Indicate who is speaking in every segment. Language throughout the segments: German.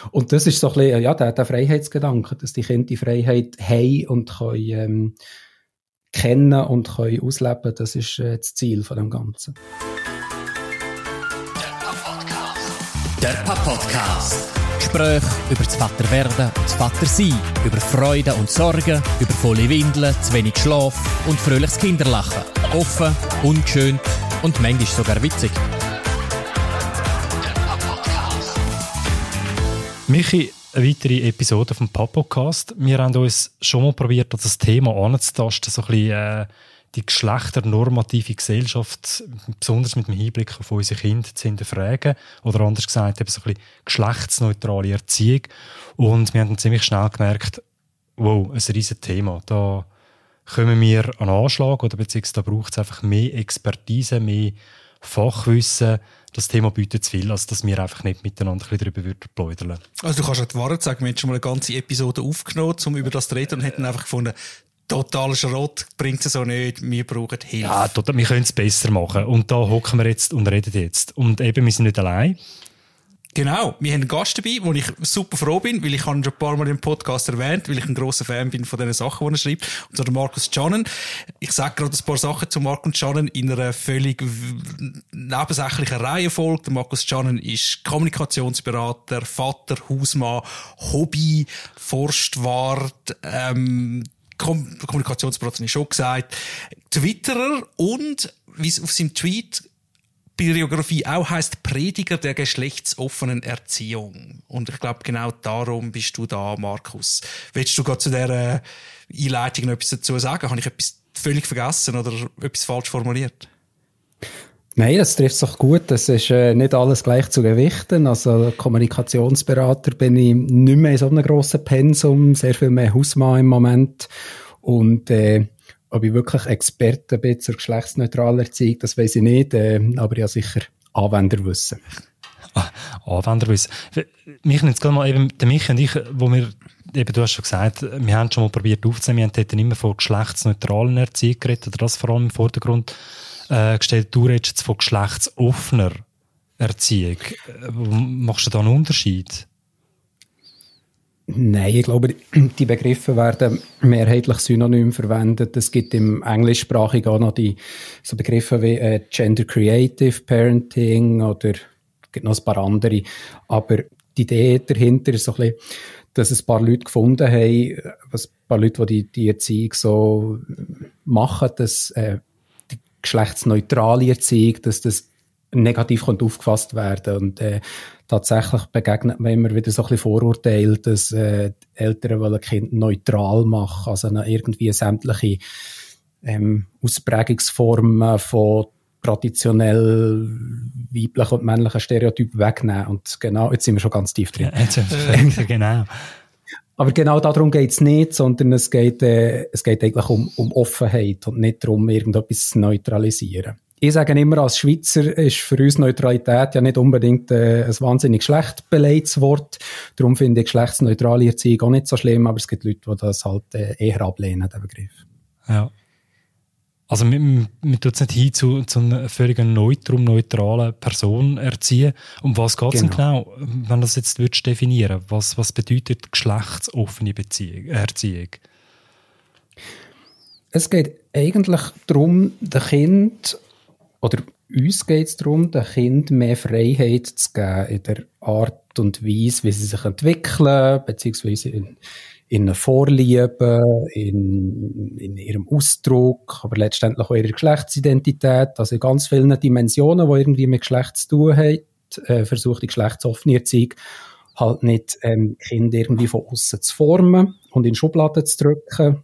Speaker 1: Und das ist so ein bisschen, ja, der Freiheitsgedanke, dass die Kinder die Freiheit haben und können, kennen und können ausleben, das ist das Ziel von dem Ganzen.
Speaker 2: Der Papa-Podcast. Gespräche über das Vaterwerden und das Vatersein, über Freude und Sorgen, über volle Windeln, zu wenig Schlaf und fröhliches Kinderlachen. Offen, ungeschönt und manchmal sogar witzig.
Speaker 3: Michi, eine weitere Episode vom Papa-Podcast. Wir haben uns schon mal probiert, das Thema anzutasten, so ein bisschen die geschlechternormative Gesellschaft, besonders mit dem Hinblick auf unsere Kinder, zu hinterfragen. Oder anders gesagt, eben so ein bisschen geschlechtsneutrale Erziehung. Und wir haben dann ziemlich schnell gemerkt, wow, ein riesen Thema. Da kommen wir an Anschlag, oder beziehungsweise da braucht es einfach mehr Expertise, mehr Fachwissen. Das Thema bietet zu viel, als dass wir einfach nicht miteinander ein bisschen darüber plaudern.
Speaker 4: Also du kannst auch die Wahrheit sagen, wir haben schon mal eine ganze Episode aufgenommen, um über das zu reden, und hätten einfach gefunden, totaler Schrott, bringt es so nicht, wir brauchen Hilfe.
Speaker 3: Ja, total, wir können es besser machen. Und da hocken wir jetzt und reden jetzt. Und eben, wir sind nicht allein.
Speaker 4: Genau, wir haben einen Gast dabei, wo ich super froh bin, weil ich ihn schon ein paar Mal im Podcast erwähnt, weil ich ein grosser Fan bin von den Sachen, die er schreibt. Und zwar der Markus Tschannen. Ich sage gerade ein paar Sachen zu Markus Tschannen in einer völlig nebensächlichen Reihenfolge. Der Markus Tschannen ist Kommunikationsberater, Vater, Hausmann, Hobby, Forstwart, Kommunikationsberater habe ich schon gesagt, Twitterer und, wie es auf seinem Tweet Biografie auch heisst, Prediger der geschlechtsoffenen Erziehung. Und ich glaube, genau darum bist du da, Markus. Willst du gerade zu dieser Einleitung noch etwas dazu sagen? Habe ich etwas völlig vergessen oder etwas falsch formuliert?
Speaker 1: Nein, das trifft es doch gut. Das ist nicht alles gleich zu gewichten. Also Kommunikationsberater bin ich nicht mehr in so einem grossen Pensum, sehr viel mehr Hausmann im Moment. Und ob ich wirklich Experte bin zur geschlechtsneutralen Erziehung, das weiss ich nicht, aber ja sicher Anwenderwissen.
Speaker 3: Anwenderwissen. Mich jetzt gerade mal eben, der Michi und ich, wo wir, eben, du hast schon gesagt, wir haben schon mal probiert aufzunehmen, wir haben dort immer von geschlechtsneutralen Erziehung geredet, oder das vor allem im Vordergrund gestellt. Du redest jetzt von geschlechtsoffener Erziehung. Machst du da einen Unterschied?
Speaker 1: Nein, ich glaube, die Begriffe werden mehrheitlich synonym verwendet. Es gibt im Englischsprachigen auch noch so Begriffe wie Gender Creative Parenting oder es gibt noch ein paar andere. Aber die Idee dahinter ist so ein bisschen, dass ein paar Leute gefunden haben, ein paar Leute, die Erziehung so machen, dass die geschlechtsneutrale Erziehung, dass das negativ aufgefasst werden. Und tatsächlich begegnet man immer wieder so ein bisschen Vorurteil, dass Eltern wollen Kind neutral machen, also irgendwie sämtliche Ausprägungsformen von traditionell weiblichen und männlichen Stereotypen wegnehmen. Und genau, jetzt sind wir schon ganz tief drin.
Speaker 3: Ja, genau.
Speaker 1: Aber genau darum geht's nicht, sondern es geht eigentlich um Offenheit und nicht darum, irgendetwas zu neutralisieren. Ich sage immer, als Schweizer ist für uns Neutralität ja nicht unbedingt ein wahnsinnig schlecht belegtes Wort. Darum finde ich geschlechtsneutrale Erziehung auch nicht so schlimm, aber es gibt Leute, die das halt eher ablehnen, den Begriff.
Speaker 3: Ja. Also man tut es nicht hin zu einer völlig neutralen Person erziehen. Um was geht es denn genau, wenn du das jetzt definieren würdest? Was bedeutet geschlechtsoffene Erziehung?
Speaker 1: Es geht eigentlich darum, den Kind, oder uns geht es darum, den Kindern mehr Freiheit zu geben in der Art und Weise, wie sie sich entwickeln, beziehungsweise in ihren Vorlieben, in ihrem Ausdruck, aber letztendlich auch ihrer Geschlechtsidentität, also in ganz vielen Dimensionen, die irgendwie mit Geschlecht zu tun haben, versucht die geschlechtsoffene Erziehung halt nicht Kinder irgendwie von außen zu formen und in Schubladen zu drücken,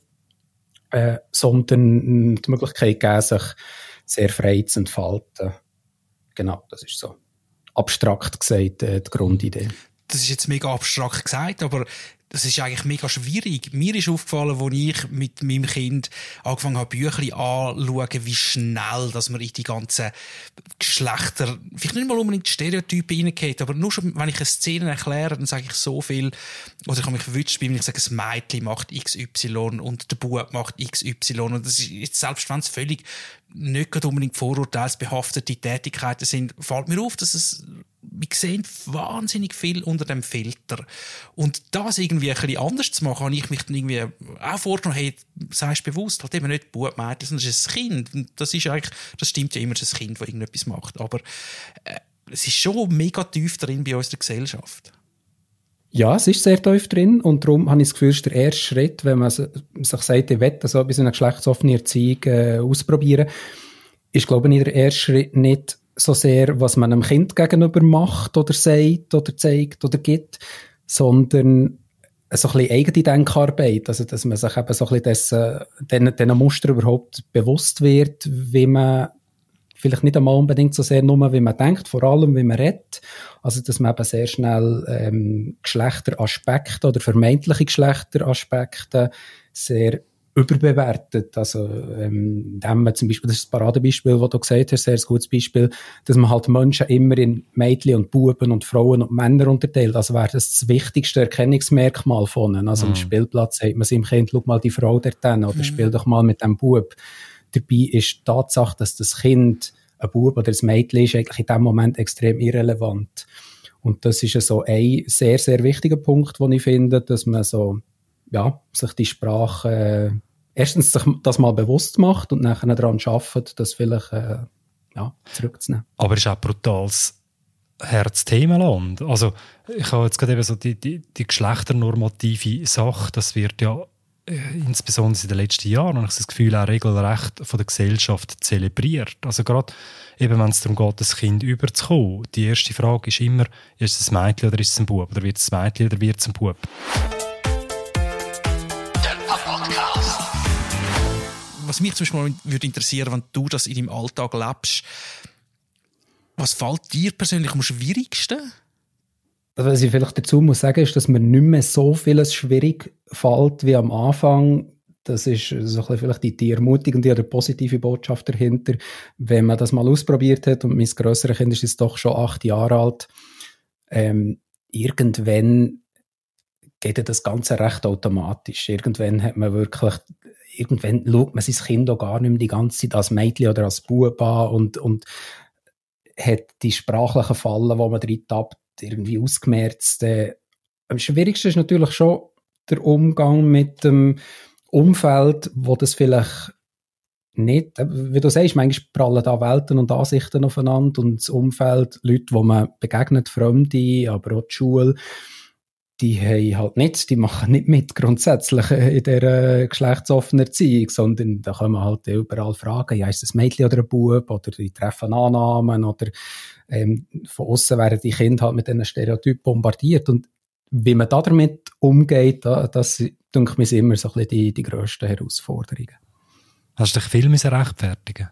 Speaker 1: sondern die Möglichkeit geben, sich sehr frei zu entfalten. Genau, das ist so abstrakt gesagt die Grundidee.
Speaker 4: Das ist jetzt mega abstrakt gesagt, aber das ist eigentlich mega schwierig. Mir ist aufgefallen, als ich mit meinem Kind angefangen habe, Büchlein anzuschauen, wie schnell, dass man in die ganzen Geschlechter, vielleicht nicht mal unbedingt Stereotype reingeht, aber nur schon, wenn ich eine Szene erkläre, dann sage ich so viel, oder ich habe mich verwünscht, wenn ich sage, das Mädchen macht XY und der Bub macht XY. Und das ist jetzt, selbst wenn es völlig nicht unbedingt vorurteilsbehaftete Tätigkeiten sind, fällt mir auf, dass wir sehen wahnsinnig viel unter dem Filter. Und das irgendwie ein bisschen anders zu machen, habe ich mich dann irgendwie auch vorgenommen, hey, sei bewusst, halt eben nicht Bub, Mädchen, sondern es ist ein Kind. Und das stimmt ja immer, es ist ein Kind, das irgendetwas macht. Aber es ist schon mega tief drin bei unserer Gesellschaft.
Speaker 1: Ja, es ist sehr tief drin und darum habe ich das Gefühl, es ist der erste Schritt, wenn man sich sagt, ich will so etwas in einer geschlechtsoffenen Erziehung ausprobieren, ist, glaube ich, der erste Schritt nicht so sehr, was man einem Kind gegenüber macht oder sagt oder zeigt oder gibt, sondern so ein bisschen eigene Denkarbeit, also dass man sich eben so ein bisschen diesen Muster überhaupt bewusst wird, wie man vielleicht nicht einmal unbedingt so sehr nur, wie man denkt, vor allem, wie man redet. Also, dass man eben sehr schnell Geschlechteraspekte oder vermeintliche Geschlechteraspekte sehr überbewertet. Also, indem man zum Beispiel, das ist ein Paradebeispiel, das du gesagt hast, sehr gutes Beispiel, dass man halt Menschen immer in Mädchen und Buben und Frauen und Männer unterteilt. Also wäre das wichtigste Erkennungsmerkmal von ihnen. Also, am Spielplatz sagt man seinem Kind, schau mal die Frau dort hin, oder spiel doch mal mit dem Bub. Dabei ist die Tatsache, dass das Kind ein Bub oder ein Mädchen ist, eigentlich in dem Moment extrem irrelevant. Und das ist so ein sehr, sehr wichtiger Punkt, den ich finde, dass man so, ja, sich die Sprache, erstens sich das mal bewusst macht und nachher daran arbeitet, das vielleicht, zurückzunehmen.
Speaker 3: Aber es ist auch brutales Herzthemenland. Also, ich habe jetzt gerade eben so die geschlechternormative Sache, das wird ja insbesondere in den letzten Jahren, habe ich das Gefühl, auch regelrecht von der Gesellschaft zelebriert. Also gerade eben, wenn es darum geht, das Kind überzukommen. Die erste Frage ist immer, ist es ein Mädchen oder ist es ein Bub? Oder wird es ein Mädchen oder wird es ein Bub?
Speaker 2: Der Podcast.
Speaker 4: Was mich zum Beispiel mal würde interessieren, wenn du das in deinem Alltag lebst, was fällt dir persönlich am schwierigsten?
Speaker 1: Also, was ich vielleicht dazu muss sagen, ist, dass mir nicht mehr so vieles schwierig fällt wie am Anfang. Das ist so ein bisschen vielleicht die ermutigende oder positive Botschaft dahinter. Wenn man das mal ausprobiert hat, und mein grösseres Kind ist jetzt doch schon 8 Jahre alt, irgendwann geht das Ganze recht automatisch. Irgendwann schaut man sein Kind auch gar nicht mehr die ganze Zeit als Mädchen oder als Bub an und hat die sprachlichen Fallen, wo man drin tappt, irgendwie ausgemerzt. Am schwierigsten ist natürlich schon der Umgang mit dem Umfeld, wo das vielleicht nicht, wie du sagst, manchmal prallen da Welten und Ansichten aufeinander und das Umfeld, Leute, wo man begegnet, Fremde, aber auch die Schule, die haben halt nicht, die machen nicht mit grundsätzlich in dieser geschlechtsoffenen Erziehung, sondern da können wir halt überall fragen, ja, ist das ein Mädchen oder ein Bub, oder die treffen Annahmen, oder von außen werden die Kinder halt mit diesen Stereotypen bombardiert. Und wie man damit umgeht, das denke ich, sind immer so ein bisschen die grössten Herausforderungen.
Speaker 3: Hast du dich viel rechtfertigen?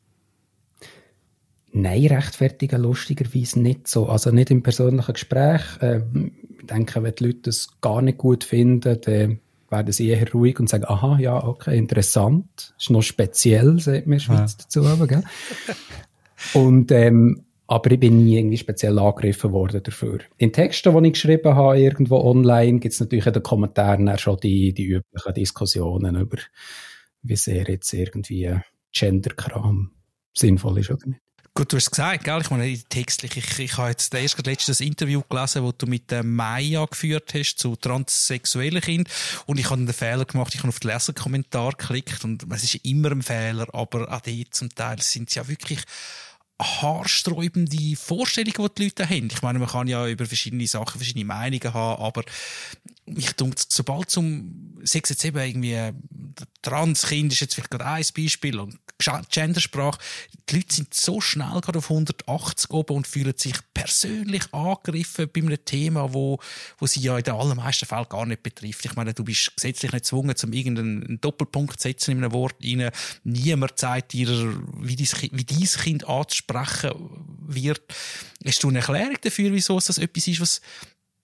Speaker 1: Nein, rechtfertigen lustigerweise nicht so. Also nicht im persönlichen Gespräch. Ich denke, wenn die Leute das gar nicht gut finden, dann werden sie eher ruhig und sagen, aha, ja, okay, interessant. Das ist noch speziell, sagt mir Schweiz dazu. Aber, gell? Und, aber ich bin nie irgendwie speziell angegriffen worden dafür. In Texten, die ich geschrieben habe, irgendwo online, gibt es natürlich in den Kommentaren schon die üblichen Diskussionen über, wie sehr jetzt irgendwie Gender-Kram sinnvoll ist oder nicht.
Speaker 4: Gut, du hast es gesagt, gell? Ich meine, textlich, ich habe jetzt letztes Interview gelesen, das du mit Maya geführt hast zu transsexuellen Kindern, und ich habe den Fehler gemacht, ich habe auf den Leserkommentar geklickt, und es ist immer ein Fehler, aber auch dort zum Teil sind es ja wirklich haarsträubende Vorstellungen, die Leute haben. Ich meine, man kann ja über verschiedene Sachen verschiedene Meinungen haben, aber mich denkt, sobald sei es jetzt eben irgendwie Transkind ist jetzt vielleicht gerade ein Beispiel und Gendersprache, die Leute sind so schnell gerade auf 180 oben und fühlen sich persönlich angegriffen bei einem Thema, wo sie ja in den allermeisten Fällen gar nicht betrifft. Ich meine, du bist gesetzlich nicht gezwungen, um irgendeinen Doppelpunkt zu setzen in einem Wort rein. Niemand sagt dir, wie dein Kind anzusprechen wird. Hast du eine Erklärung dafür, wieso es das etwas ist, was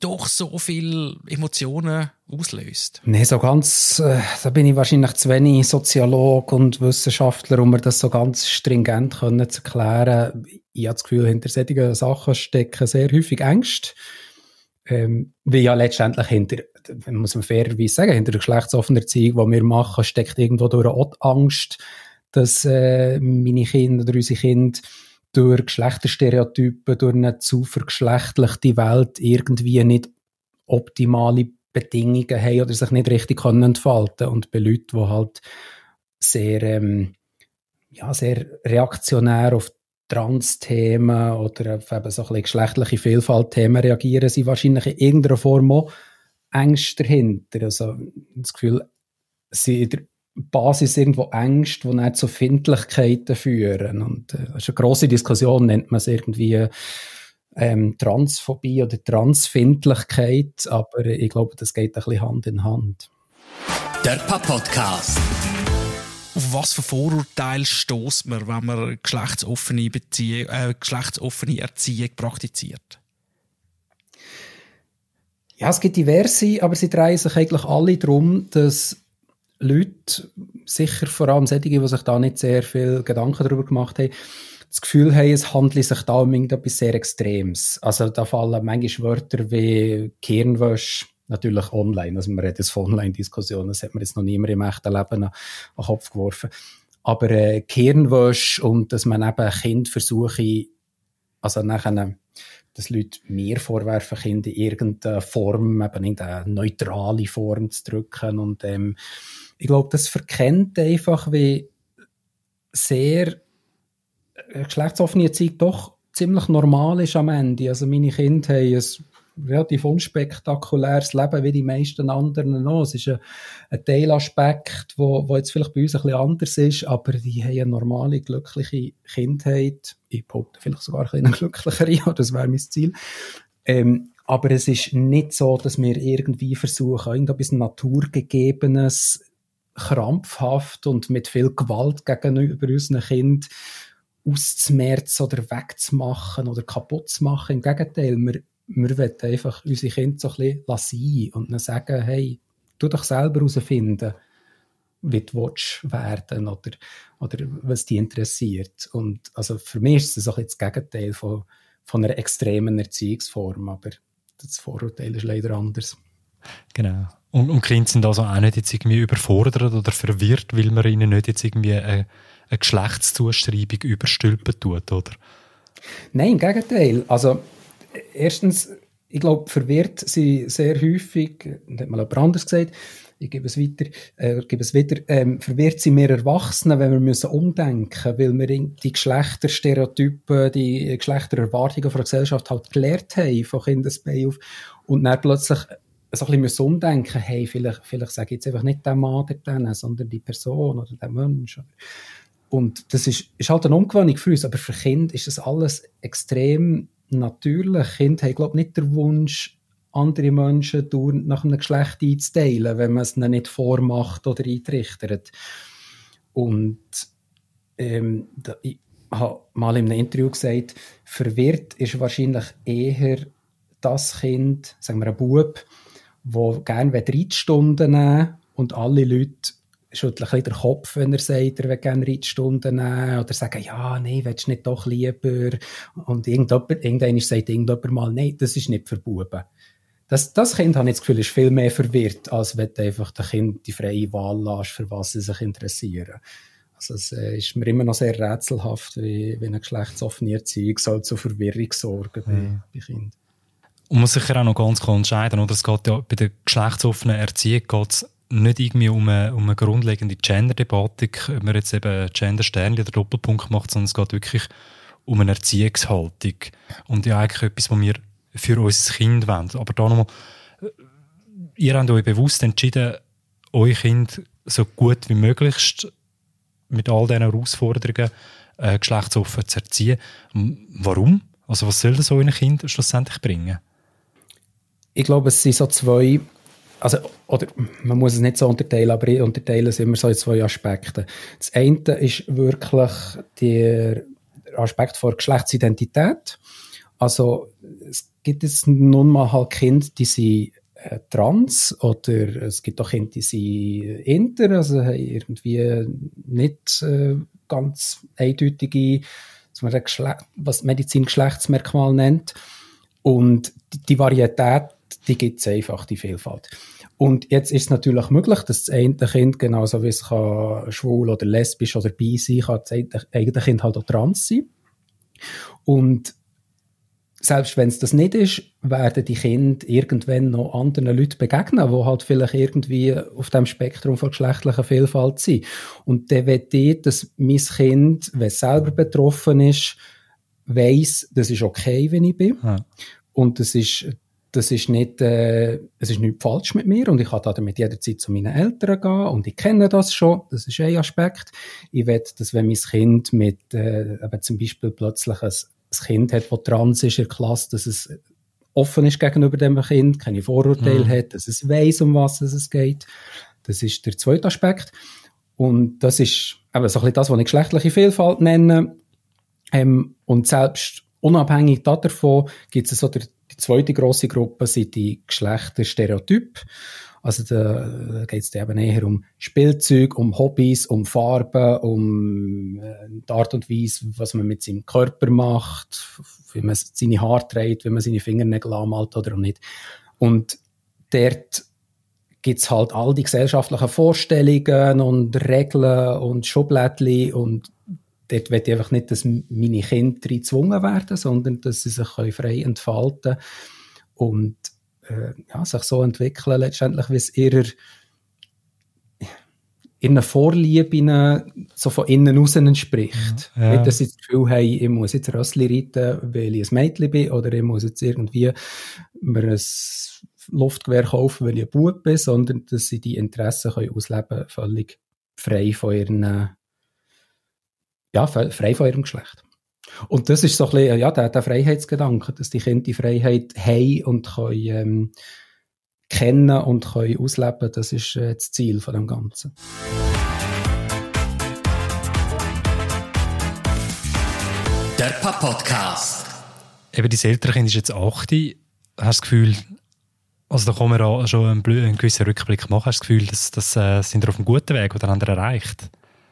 Speaker 4: doch so viele Emotionen auslöst?
Speaker 1: Nee, so ganz, da bin ich wahrscheinlich zu wenig Soziologe und Wissenschaftler, um mir das so ganz stringent zu erklären. Ich habe das Gefühl, hinter solchen Sachen stecken sehr häufig Ängste. Wie ja letztendlich muss man fairerweise sagen, hinter der geschlechtsoffenen Erziehung, die wir machen, steckt irgendwo durch auch die Angst, dass meine Kinder oder unsere Kinder durch Geschlechterstereotypen, durch eine zu vergeschlechtlichte Welt irgendwie nicht optimale Bedingungen haben oder sich nicht richtig entfalten können. Und bei Leuten, die halt sehr, sehr reaktionär auf Trans-Themen oder auf eben so ein bisschen geschlechtliche Vielfalt-Themen reagieren, sind wahrscheinlich in irgendeiner Form auch Ängste dahinter. Also das Gefühl, sie in der Basis irgendwo Ängste, die nicht zu Findlichkeiten führen. Und das ist eine grosse Diskussion, nennt man es irgendwie Transphobie oder Transfindlichkeit, aber ich glaube, das geht ein bisschen Hand in Hand.
Speaker 2: Der Podcast.
Speaker 4: Auf was für Vorurteile stösst man, wenn man geschlechtsoffene Erziehung praktiziert?
Speaker 1: Ja, es gibt diverse, aber sie drehen sich eigentlich alle darum, dass Leute, sicher vor allem solche, die sich da nicht sehr viel Gedanken darüber gemacht haben, das Gefühl haben, es handelt sich da um irgendetwas sehr Extremes. Also da fallen manchmal Wörter wie Gehirnwäsche, natürlich online, also man redet jetzt von Online-Diskussionen, das hat mir jetzt noch niemand im echten Leben an den Kopf geworfen. Aber Gehirnwäsche und dass man eben Kind versuche, also nachher, dass Leute mir vorwerfen, Kinder in irgendeiner Form, eben in eine neutrale Form zu drücken. Und ich glaube, das verkennt einfach, wie sehr geschlechtsoffene Erziehung doch ziemlich normal ist am Ende. Also meine Kinder haben ein relativ unspektakuläres Leben wie die meisten anderen auch. Es ist ein Teilaspekt, wo jetzt vielleicht bei uns ein bisschen anders ist, aber die haben eine normale, glückliche Kindheit. Ich behaupte vielleicht sogar ein bisschen eine glücklichere, das wäre mein Ziel. Aber es ist nicht so, dass wir irgendwie versuchen, irgendetwas Naturgegebenes krampfhaft und mit viel Gewalt gegenüber unseren Kindern auszumerzen oder wegzumachen oder kaputt zu machen. Im Gegenteil, wir wollen einfach unsere Kinder so ein bisschen sein und dann sagen, hey, tu doch selber herausfinden, wie du willst werden oder was dich interessiert. Und also für mich ist das so ein bisschen das Gegenteil von einer extremen Erziehungsform, aber das Vorurteil ist leider anders.
Speaker 3: Genau. Und Kinder sind also auch nicht jetzt irgendwie überfordert oder verwirrt, weil man ihnen nicht jetzt irgendwie eine Geschlechtszuschreibung überstülpen tut, oder?
Speaker 1: Nein, im Gegenteil. Also erstens, ich glaube, verwirrt sind sehr häufig, das hat mal jemand anderes gesagt, ich gebe es wieder, verwirrt sind wir Erwachsene, wenn wir müssen umdenken, weil wir die Geschlechterstereotypen, die Geschlechtererwartungen von der Gesellschaft halt gelernt haben, von Kindesbeinen auf, und dann plötzlich so ein bisschen umdenken, hey, vielleicht sage ich jetzt einfach nicht der Mann oder den, sondern die Person oder der Mensch. Und das ist halt eine Umgewöhnung für uns, aber für Kinder ist das alles extrem natürlich. Kinder haben, glaube ich, nicht den Wunsch, andere Menschen nach einem Geschlecht einzuteilen, wenn man es ihnen nicht vormacht oder eintrichtert. Und ich habe mal in einem Interview gesagt, verwirrt ist wahrscheinlich eher das Kind, sagen wir ein Bub, der gerne Reitstunden nehmen und alle Leute schütteln ein bisschen den Kopf, wenn er sagt, er will gerne Reitstunden nehmen oder sagen, ja, nein, willst du nicht doch lieber? Und irgendwann sagt irgendjemand mal, nein, das ist nicht für Buben. Das Kind, habe ich das Gefühl, ist viel mehr verwirrt, als wenn du einfach dem Kind die freie Wahl lässt, für was sie sich interessieren. Also es ist mir immer noch sehr rätselhaft, wie eine geschlechtsoffene Erziehung soll zu Verwirrung sorgen bei Kindern.
Speaker 3: Und man muss sich ja auch noch ganz klar entscheiden, oder? Es geht ja bei der geschlechtsoffenen Erziehung geht's nicht irgendwie um eine grundlegende Gender-Debatte, ob man jetzt eben Gender-Sternchen oder Doppelpunkt macht, sondern es geht wirklich um eine Erziehungshaltung. Und ja, eigentlich etwas, was wir für unser Kind wollen. Aber da nochmal, ihr habt euch bewusst entschieden, euer Kind so gut wie möglichst mit all diesen Herausforderungen geschlechtsoffen zu erziehen. Warum? Also was soll das euren Kind schlussendlich bringen?
Speaker 1: Ich glaube, es sind so zwei, also, oder man muss es nicht so unterteilen, aber ich unterteile es immer so in zwei Aspekte. Das eine ist wirklich der Aspekt von Geschlechtsidentität. Also es gibt es nun mal halt Kinder, die sind trans, oder es gibt auch Kinder, die sind inter, also haben irgendwie nicht ganz eindeutige, was Medizin Geschlechtsmerkmal nennt. Und die Varietät, die gibt es einfach, die Vielfalt. Und jetzt ist es natürlich möglich, dass das eine Kind, genauso wie es kann schwul oder lesbisch oder bi sein, kann das eigene Kind halt auch trans sein. Und selbst wenn es das nicht ist, werden die Kinder irgendwann noch anderen Leuten begegnen, die halt vielleicht irgendwie auf dem Spektrum von geschlechtlicher Vielfalt sind. Und dann will ich, dass mein Kind, wenn es selber betroffen ist, weiss, das ist okay, wenn ich bin. Ja. Und es ist nicht, es ist nichts falsch mit mir und ich kann damit jederzeit zu meinen Eltern gehen und ich kenne das schon, das ist ein Aspekt. Ich will, dass wenn mein Kind mit, zum Beispiel plötzlich ein Kind hat, das trans ist in der Klasse, dass es offen ist gegenüber dem Kind, keine Vorurteile hat, dass es weiss, um was es geht. Das ist der zweite Aspekt. Und das ist eben so ein bisschen das, was ich geschlechtliche Vielfalt nenne. Und selbst unabhängig davon gibt es so die zweite grosse Gruppe, sind die Geschlechterstereotype. Also da geht es eben eher um Spielzeug, um Hobbys, um Farben, um die Art und Weise, was man mit seinem Körper macht, wie man seine Haare trägt, wie man seine Fingernägel anmalt oder auch nicht. Und dort gibt es halt all die gesellschaftlichen Vorstellungen und Regeln und Schublädchen und dort will ich einfach nicht, dass meine Kinder gezwungen werden, sondern dass sie sich frei entfalten können und sich so entwickeln, letztendlich, wie es ihrer Vorlieben so von innen raus entspricht. Ja. Nicht, dass sie das Gefühl haben, ich muss jetzt Rössli reiten, weil ich ein Mädchen bin, oder ich muss jetzt irgendwie mir ein Luftgewehr kaufen, weil ich ein Bub bin, sondern dass sie die Interessen ausleben können, völlig frei von ihren frei von ihrem Geschlecht. Und das ist so ein bisschen, der Freiheitsgedanke, dass die Kinder die Freiheit haben und können kennen und können ausleben, das ist das Ziel von dem Ganzen.
Speaker 2: Der Podcast.
Speaker 3: Eben, dein ältere Kind ist jetzt 8. Hast du das Gefühl, also da kann man auch schon einen gewissen Rückblick machen, hast du das Gefühl, dass sind wir auf einem guten Weg oder haben wir erreicht?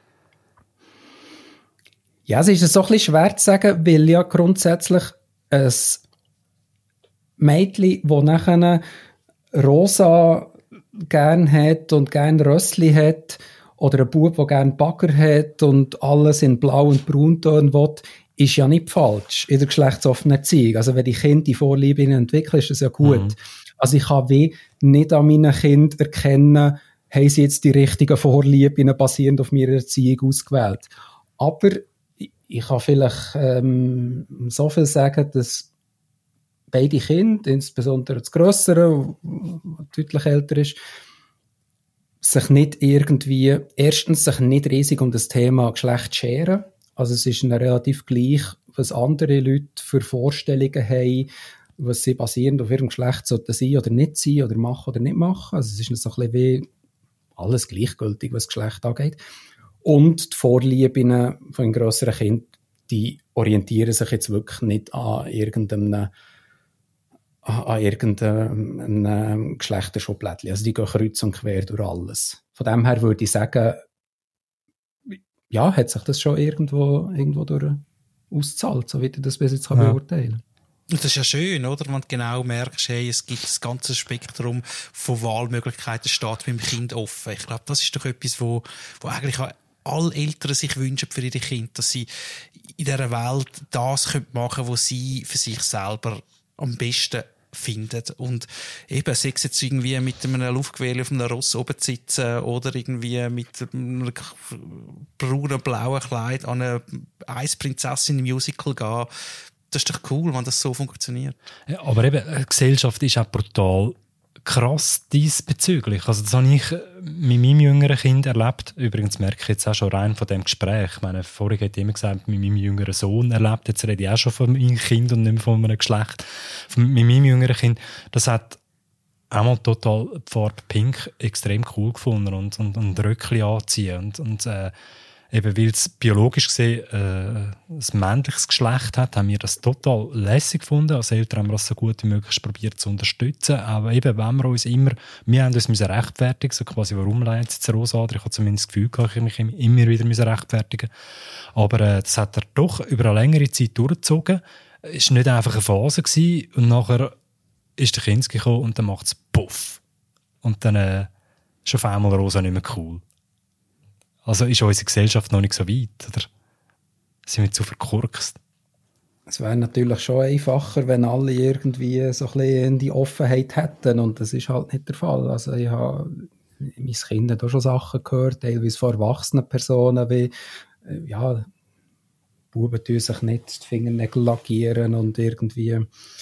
Speaker 1: Ja, es ist so ein bisschen schwer zu sagen, weil ja grundsätzlich ein Mädchen, das nachher rosa gern hat und gern Rössli hat, oder ein Bub, der gern Bagger hat und alles in blau und braunton will, ist ja nicht falsch in der geschlechtsoffenen Erziehung. Also wenn die Kinder die Vorliebe entwickeln, ist das ja gut. Mhm. Also ich kann nicht an meinen Kindern erkennen, haben sie jetzt die richtigen Vorlieben basierend auf meiner Erziehung ausgewählt. Aber ich kann vielleicht so viel sagen, dass beide Kinder, insbesondere das Grössere, das deutlich älter ist, sich nicht riesig um das Thema Geschlecht scheren. Also es ist ihnen relativ gleich, was andere Leute für Vorstellungen haben, was sie basierend auf ihrem Geschlecht sollten sein oder nicht sein oder machen oder nicht machen. Also es ist so ein bisschen wie alles gleichgültig, was Geschlecht angeht. Und die Vorlieben von einem grösseren Kind, die orientieren sich jetzt wirklich nicht an irgendeinem Geschlechterschublädchen. Also die gehen kreuz und quer durch alles. Von dem her würde ich sagen, ja, hat sich das schon irgendwo durch ausgezahlt, so wie ich das bis jetzt beurteilen kann.
Speaker 4: Und das ist ja schön, oder? Wenn du genau merkst, hey, es gibt das ganze Spektrum von Wahlmöglichkeiten steht beim Kind offen. Ich glaube, das ist doch etwas, wo eigentlich alle Eltern sich wünschen für ihre Kinder, dass sie in dieser Welt das machen können, was sie für sich selber am besten finden. Und eben, sei es jetzt irgendwie mit einem Luftgewehr auf einem Ross oben zu sitzen oder irgendwie mit einem braunen, blauen Kleid an eine Eisprinzessin-Musical gehen. Das ist doch cool, wenn das so funktioniert.
Speaker 3: Ja, aber eben, die Gesellschaft ist auch brutal krass diesbezüglich. Also das habe ich mit meinem jüngeren Kind erlebt. Übrigens merke ich jetzt auch schon rein von dem Gespräch. Ich meine, vorher hat immer gesagt, mit meinem jüngeren Sohn erlebt. Jetzt rede ich auch schon von meinem Kind und nicht mehr von einem Geschlecht. Mit meinem jüngeren Kind, das hat einmal total die Farbe Pink extrem cool gefunden und Röckchen anziehen und eben weil es biologisch gesehen ein männliches Geschlecht hat, haben wir das total lässig gefunden. Als Eltern haben wir das so gut wie möglich probiert zu unterstützen. Aber eben, wenn wir uns wir haben uns rechtfertigen, so quasi, warum lehnt es jetzt Rosa an? Ich habe zumindest das Gefühl, dass ich mich immer wieder rechtfertigen musste. Aber das hat er doch über eine längere Zeit durchgezogen. Es war nicht einfach eine Phase gewesen, und nachher ist der Kind gekommen und dann macht es Puff. Und dann ist auf einmal Rosa nicht mehr cool. Also ist unsere Gesellschaft noch nicht so weit, oder sind wir zu verkorkst?
Speaker 1: Es wäre natürlich schon einfacher, wenn alle irgendwie so ein bisschen die Offenheit hätten, und das ist halt nicht der Fall. Also ich habe mein Kind hat auch schon Sachen gehört, teilweise von erwachsenen Personen, wie Buben tun sich nicht die Fingernägel lackieren und irgendwie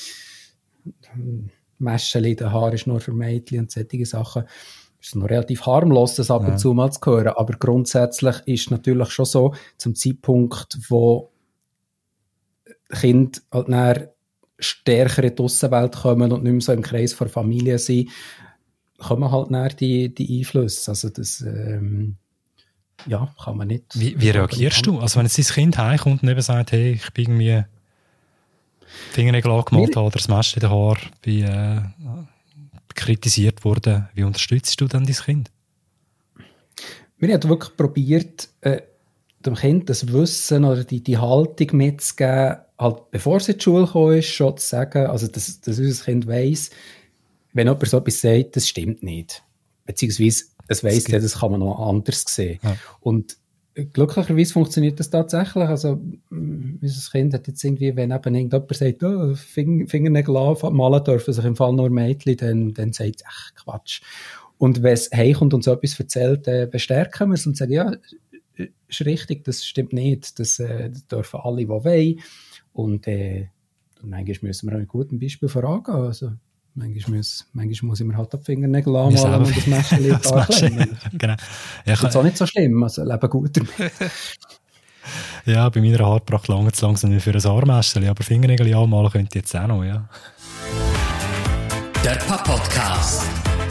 Speaker 1: Mäschchen in den Haaren ist nur für Mädchen und solche Sachen. Es ist noch relativ harmlos, das ab und zu mal zu hören, aber grundsätzlich ist natürlich schon so, zum Zeitpunkt, wo Kinder halt näher stärker in die Aussenwelt kommen und nicht mehr so im Kreis der Familie sind, kommen halt näher die Einflüsse. Also das kann man nicht.
Speaker 3: Wie reagierst du? Also wenn jetzt dein Kind heimkommt und eben sagt, hey, ich bin irgendwie Fingernägel angemalt oder das Mäschchen in den Haaren, wie kritisiert wurde, wie unterstützt du dann dein Kind?
Speaker 1: Wir haben wirklich probiert, dem Kind das Wissen oder die Haltung mitzugeben, halt bevor es in die Schule gekommen ist, schon zu sagen, also dass unser Kind weiss, wenn jemand so etwas sagt, das stimmt nicht. Beziehungsweise es weiss ja, das kann man noch anders sehen. Ja. Und glücklicherweise funktioniert das tatsächlich. Also unser Kind hat jetzt irgendwie, wenn eben irgendjemand sagt, oh, Fingernägel malen dürfen sich im Fall nur Mädchen, dann sagt es, ach Quatsch. Und wenn es heimkommt und so etwas erzählt, bestärken wir es und sagen, ja, ist richtig, das stimmt nicht, das dürfen alle, die wollen. Und manchmal müssen wir auch mit gutem Beispiel vorangehen. Also manchmal muss ich mir halt die Fingernägel anmalen und das Mäschchen in die Haare klemmen. Genau. Ja, das ist auch nicht so schlimm, also lebe gut damit.
Speaker 3: Ja, bei meiner Haarpracht lange zu langsam nicht für ein Armmäschchen, aber Fingernägel anmalen könnte ich jetzt auch noch, ja.
Speaker 2: Der Podcast.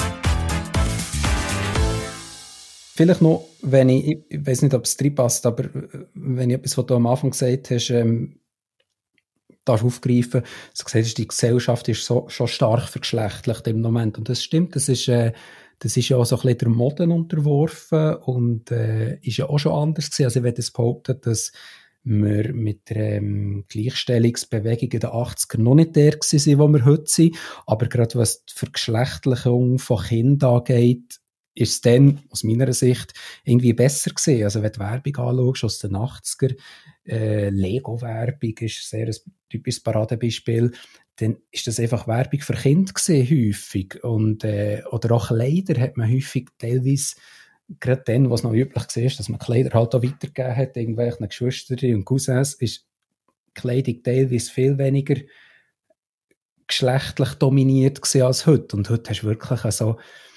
Speaker 1: Vielleicht noch, ich weiß nicht, ob es reinpasst, aber wenn ich etwas, was du am Anfang gesagt hast, darf aufgreifen, so gesagt hast, die Gesellschaft ist schon stark vergeschlechtlicht im Moment. Und das stimmt, das ist ja auch so ein bisschen der Moden unterworfen und ist ja auch schon anders gewesen. Also ich würde behaupten, dass wir mit der Gleichstellungsbewegung in den 80ern noch nicht der gewesen, wo wir heute sind. Aber gerade was die Vergeschlechtlichung von Kindern angeht, ist es dann, aus meiner Sicht, irgendwie besser gewesen. Also wenn du die Werbung anschaust aus den 80er, Lego-Werbung ist sehr ein typisches Paradebeispiel, dann ist das einfach Werbung für Kinder gewesen, häufig. Und, oder auch Kleider hat man häufig teilweise, gerade dann, was noch üblich war, dass man Kleider halt auch weitergegeben hat, irgendwelchen Geschwistern und Cousins, ist Kleidung teilweise viel weniger geschlechtlich dominiert gewesen als heute. Und heute hast du wirklich so,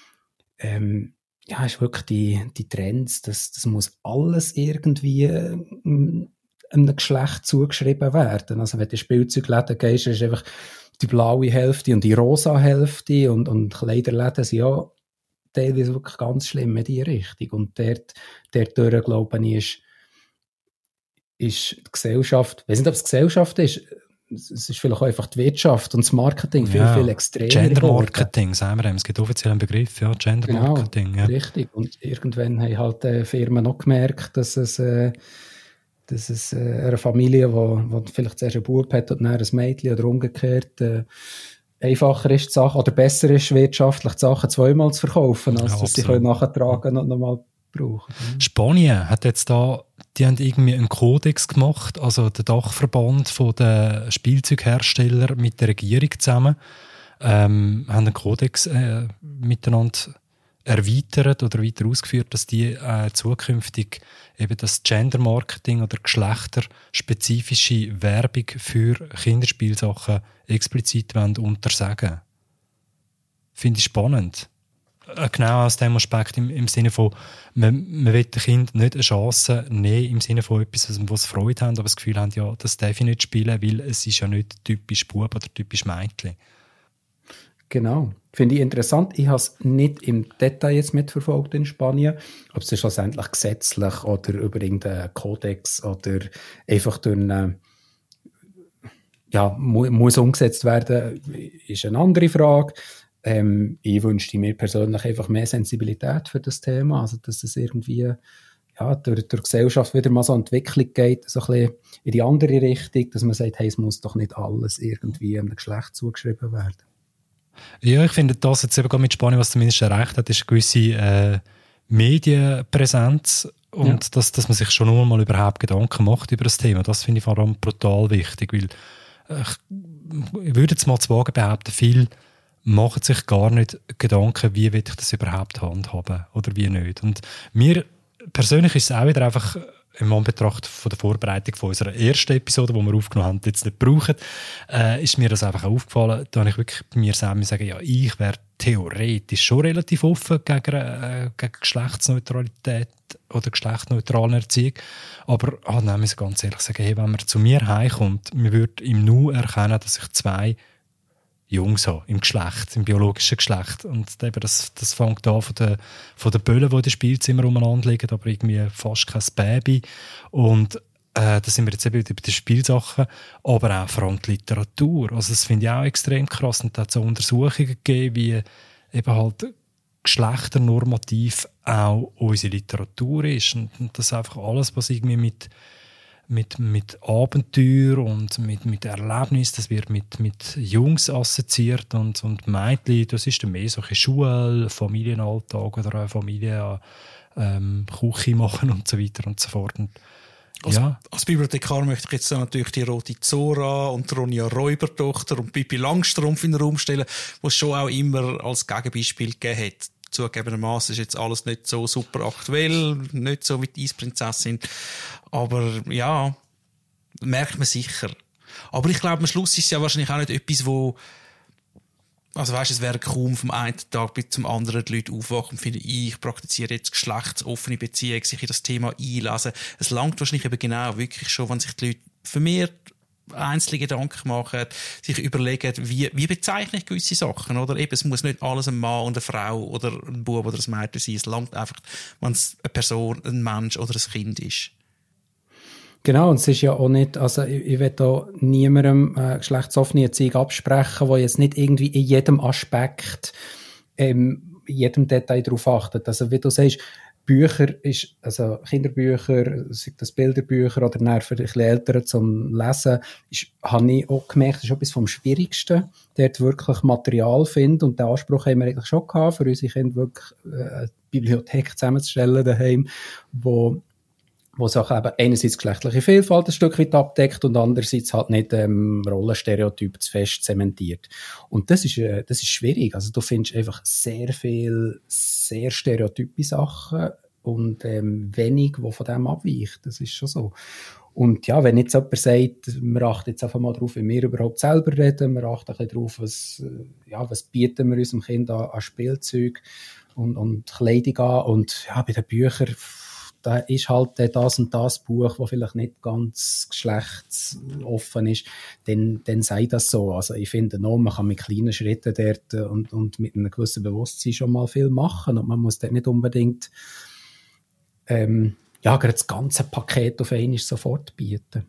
Speaker 1: ist wirklich die Trends, das muss alles irgendwie einem Geschlecht zugeschrieben werden. Also wenn du in Spielzeugläden gehst, ist einfach die blaue Hälfte und die rosa Hälfte und Kleiderläden sind ja teilweise wirklich ganz schlimm in die Richtung. Und dort glaube ich, ist die Gesellschaft, ich weiß nicht, ob es Gesellschaft ist, es ist vielleicht auch einfach die Wirtschaft und das Marketing viel extremer.
Speaker 3: Gender-Marketing, sagen wir, es gibt offiziell einen Begriff, ja, Gender-Marketing.
Speaker 1: Genau, ja. Richtig. Und irgendwann haben halt Firmen noch gemerkt, dass es eine Familie, die vielleicht zuerst einen Bub hat und dann ein Mädchen oder umgekehrt, einfacher ist die Sache, oder besser ist wirtschaftlich die Sachen zweimal zu verkaufen, als dass sie nachtragen und nochmal brauchen.
Speaker 3: Spanien hat jetzt die haben irgendwie einen Kodex gemacht, also der Dachverband der Spielzeughersteller mit der Regierung zusammen, haben einen Kodex miteinander erweitert oder weiter ausgeführt, dass die zukünftig eben das Gender-Marketing oder geschlechterspezifische Werbung für Kinderspielsachen explizit untersagen. Finde ich spannend. Genau aus dem Aspekt im Sinne von, man will dem Kind nicht eine Chance nehmen, im Sinne von etwas, was sie Freude haben, aber das Gefühl haben, ja, das darf ich nicht spielen, weil es ist ja nicht typisch Bub oder typisch Mädchen.
Speaker 1: Genau. Finde ich interessant. Ich habe es nicht im Detail jetzt mitverfolgt in Spanien, ob es schlussendlich gesetzlich oder über irgendeinen Kodex oder einfach durch eine, muss umgesetzt werden, ist eine andere Frage. Ich wünschte mir persönlich einfach mehr Sensibilität für das Thema, also dass es irgendwie durch die Gesellschaft wieder mal so eine Entwicklung geht, so ein bisschen in die andere Richtung, dass man sagt, hey, es muss doch nicht alles irgendwie einem Geschlecht zugeschrieben werden.
Speaker 3: Ja, ich finde das jetzt eben gerade mit Spanien, was zumindest erreicht hat, ist eine gewisse Medienpräsenz und dass man sich schon nur mal überhaupt Gedanken macht über das Thema. Das finde ich vor allem brutal wichtig, weil ich würde jetzt mal zu wagen behaupten, viele machen sich gar nicht Gedanken, wie will ich das überhaupt handhaben oder wie nicht. Und mir persönlich ist es auch wieder einfach im Anbetracht von der Vorbereitung von unserer ersten Episode, die wir aufgenommen haben, jetzt nicht brauchen, ist mir das einfach aufgefallen, da ich wirklich bei mir selber sagen, ja, ich wäre theoretisch schon relativ offen gegen Geschlechtsneutralität oder geschlechtsneutrale Erziehung, aber dann muss ich ganz ehrlich sagen, hey, wenn man zu mir heimkommt, man würde im Nu erkennen, dass ich 2 Jungs habe, im Geschlecht, im biologischen Geschlecht. Und eben das fängt an von den Böllen, die in den Spielzimmern umeinander liegen, aber irgendwie fast kein Baby. Und da sind wir jetzt eben bei den Spielsachen, aber auch vor allem die Literatur. Also das finde ich auch extrem krass. Und da hat es so Untersuchungen gegeben, wie eben halt geschlechternormativ auch unsere Literatur ist. Und das ist einfach alles, was irgendwie mit Abenteuer und mit Erlebnis, das wird mit Jungs assoziiert und Mädchen, das ist dann mehr so ein Schule, Familienalltag oder eine Familie, Küche machen und so weiter und so fort. Und,
Speaker 4: als Bibliothekar möchte ich jetzt natürlich die Rote Zora und die Ronja Räubertochter und Pippi Langstrumpf in den Raum stellen, die es schon auch immer als Gegenbeispiel gegeben hat. Zugegebenermaßen ist jetzt alles nicht so super aktuell, nicht so wie die Eisprinzessin. Aber ja, merkt man sicher. Aber ich glaube, am Schluss ist es ja wahrscheinlich auch nicht etwas, wo, also weisst, es wäre kaum vom einen Tag bis zum anderen die Leute aufwachen und finden, ich praktiziere jetzt geschlechtsoffene Beziehung, sich in das Thema einlesen. Es langt wahrscheinlich eben genau wirklich schon, wenn sich die Leute vermehrt einzelne Gedanken machen, sich überlegen, wie bezeichne ich gewisse Sachen, oder? Eben, es muss nicht alles ein Mann und eine Frau oder ein Bub oder ein Mädchen sein. Es langt einfach, wenn es eine Person, ein Mensch oder ein Kind ist.
Speaker 1: Genau, und es ist ja auch nicht, also ich will da niemandem geschlechtsoffene Erziehung absprechen, der jetzt nicht irgendwie in jedem Aspekt, in jedem Detail darauf achtet. Also wie du sagst, Bücher ist, also Kinderbücher, sei das Bilderbücher oder dann für die Eltern zum Lesen, habe ich auch gemerkt, das ist etwas vom Schwierigsten, dort wirklich Material finden, und den Anspruch haben wir eigentlich schon gehabt, für unsere Kinder wirklich eine Bibliothek zusammenzustellen daheim, wo Sachen eben einerseits geschlechtliche Vielfalt ein Stück weit abdeckt und andererseits halt nicht Rollenstereotyp zu fest zementiert. Und das ist schwierig. Also du findest einfach sehr viel, sehr stereotype Sachen und wenig, wo von dem abweicht. Das ist schon so. Und ja, wenn jetzt jemand sagt, wir achten jetzt einfach mal darauf, wie wir überhaupt selber reden, wir achten ein bisschen darauf, was bieten wir unserem Kind an Spielzeug und Kleidung an, und ja, bei den Büchern, da ist halt das und das Buch, das vielleicht nicht ganz geschlechtsoffen ist, dann sei das so. Also ich finde noch, man kann mit kleinen Schritten dort und mit einem gewissen Bewusstsein schon mal viel machen, und man muss dort nicht unbedingt gerade das ganze Paket auf einmal sofort bieten.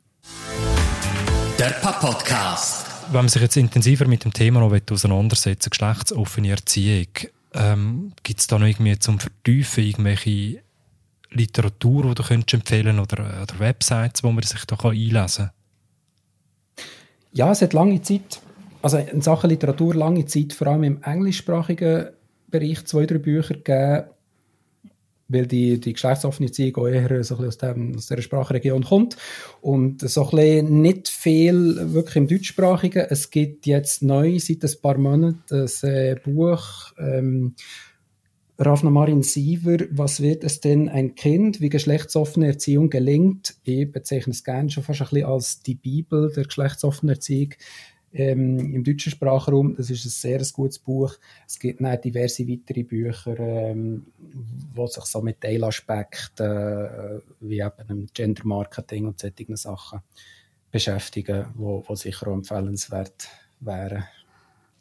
Speaker 2: Der Podcast.
Speaker 3: Wenn man sich jetzt intensiver mit dem Thema noch auseinandersetzen will, geschlechtsoffene Erziehung, gibt es da noch irgendwie zum Vertiefen irgendwelche Literatur, die du empfehlen könntest, oder Websites, wo man sich da einlesen kann?
Speaker 1: Ja, es hat lange Zeit, also in Sachen Literatur lange Zeit, vor allem im englischsprachigen Bereich 2-3 Bücher gegeben, weil die geschlechtsoffene Erziehung auch eher so ein bisschen aus dieser Sprachregion kommt. Und so ein bisschen nicht viel wirklich im Deutschsprachigen. Es gibt jetzt neu, seit ein paar Monaten, ein Buch, Ravna Marin Siever, was wird es denn ein Kind, wie geschlechtsoffene Erziehung gelingt? Ich bezeichne es gerne schon fast ein bisschen als die Bibel der geschlechtsoffenen Erziehung im deutschen Sprachraum. Das ist ein sehr gutes Buch. Es gibt noch diverse weitere Bücher, die sich so mit Teilaspekten wie eben dem Gender-Marketing und solchen Sachen beschäftigen, die sicher auch empfehlenswert wären.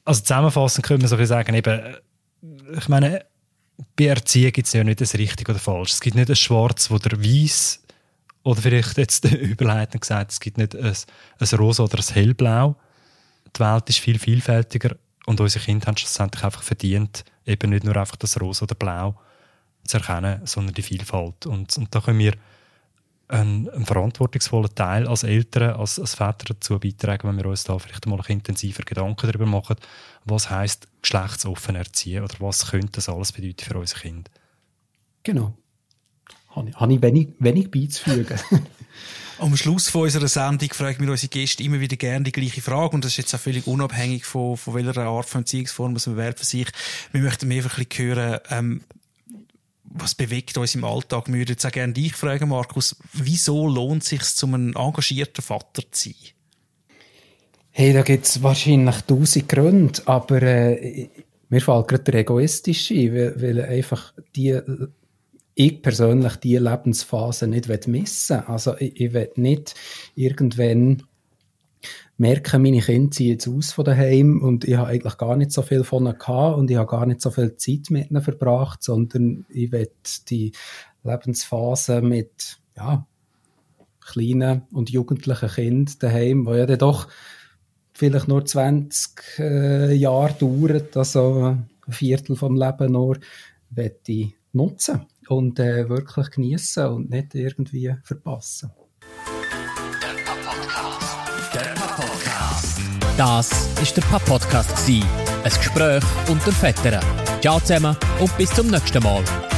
Speaker 3: Also zusammenfassend können wir so sagen, eben, ich meine, bei Erziehung gibt es ja nicht das richtig oder falsch. Es gibt nicht ein Schwarz oder Weiß oder vielleicht jetzt überleitend gesagt, es gibt nicht ein Rosa oder ein Hellblau. Die Welt ist viel vielfältiger und unsere Kinder haben schlussendlich einfach verdient, eben nicht nur einfach das Rosa oder Blau zu erkennen, sondern die Vielfalt. Und da können wir einen verantwortungsvollen Teil als Eltern, als Väter dazu beitragen, wenn wir uns da vielleicht mal intensiver Gedanken darüber machen, was heisst geschlechtsoffen erziehen oder was könnte das alles bedeuten für unsere Kinder.
Speaker 1: Genau. Habe ich wenig beizufügen.
Speaker 4: Am Schluss von unserer Sendung fragen wir unsere Gäste immer wieder gerne die gleiche Frage und das ist jetzt auch völlig unabhängig von welcher Art von Erziehungsform man wählt für sich. Wir möchten mehr ein bisschen hören, was bewegt uns im Alltag? Wir würden jetzt auch gerne dich fragen, Markus, wieso lohnt es sich, um ein engagierter Vater zu sein?
Speaker 1: Hey, da gibt es wahrscheinlich 1000 Gründe, aber mir fällt gerade der egoistische ein, weil einfach ich persönlich die Lebensphase nicht missen will. Also ich will nicht irgendwann merken, meine Kinder ziehen jetzt aus von daheim und ich habe eigentlich gar nicht so viel von ihnen gehabt und ich habe gar nicht so viel Zeit mit ihnen verbracht, sondern ich will die Lebensphase mit kleinen und jugendlichen Kindern daheim, die ja dann doch vielleicht nur 20 Jahre dauert, also ein Viertel vom Leben nur, will ich nutzen und wirklich geniessen und nicht irgendwie verpassen.
Speaker 2: Das war der Papa-Podcast. Ein Gespräch unter Vätern. Ciao zusammen und bis zum nächsten Mal.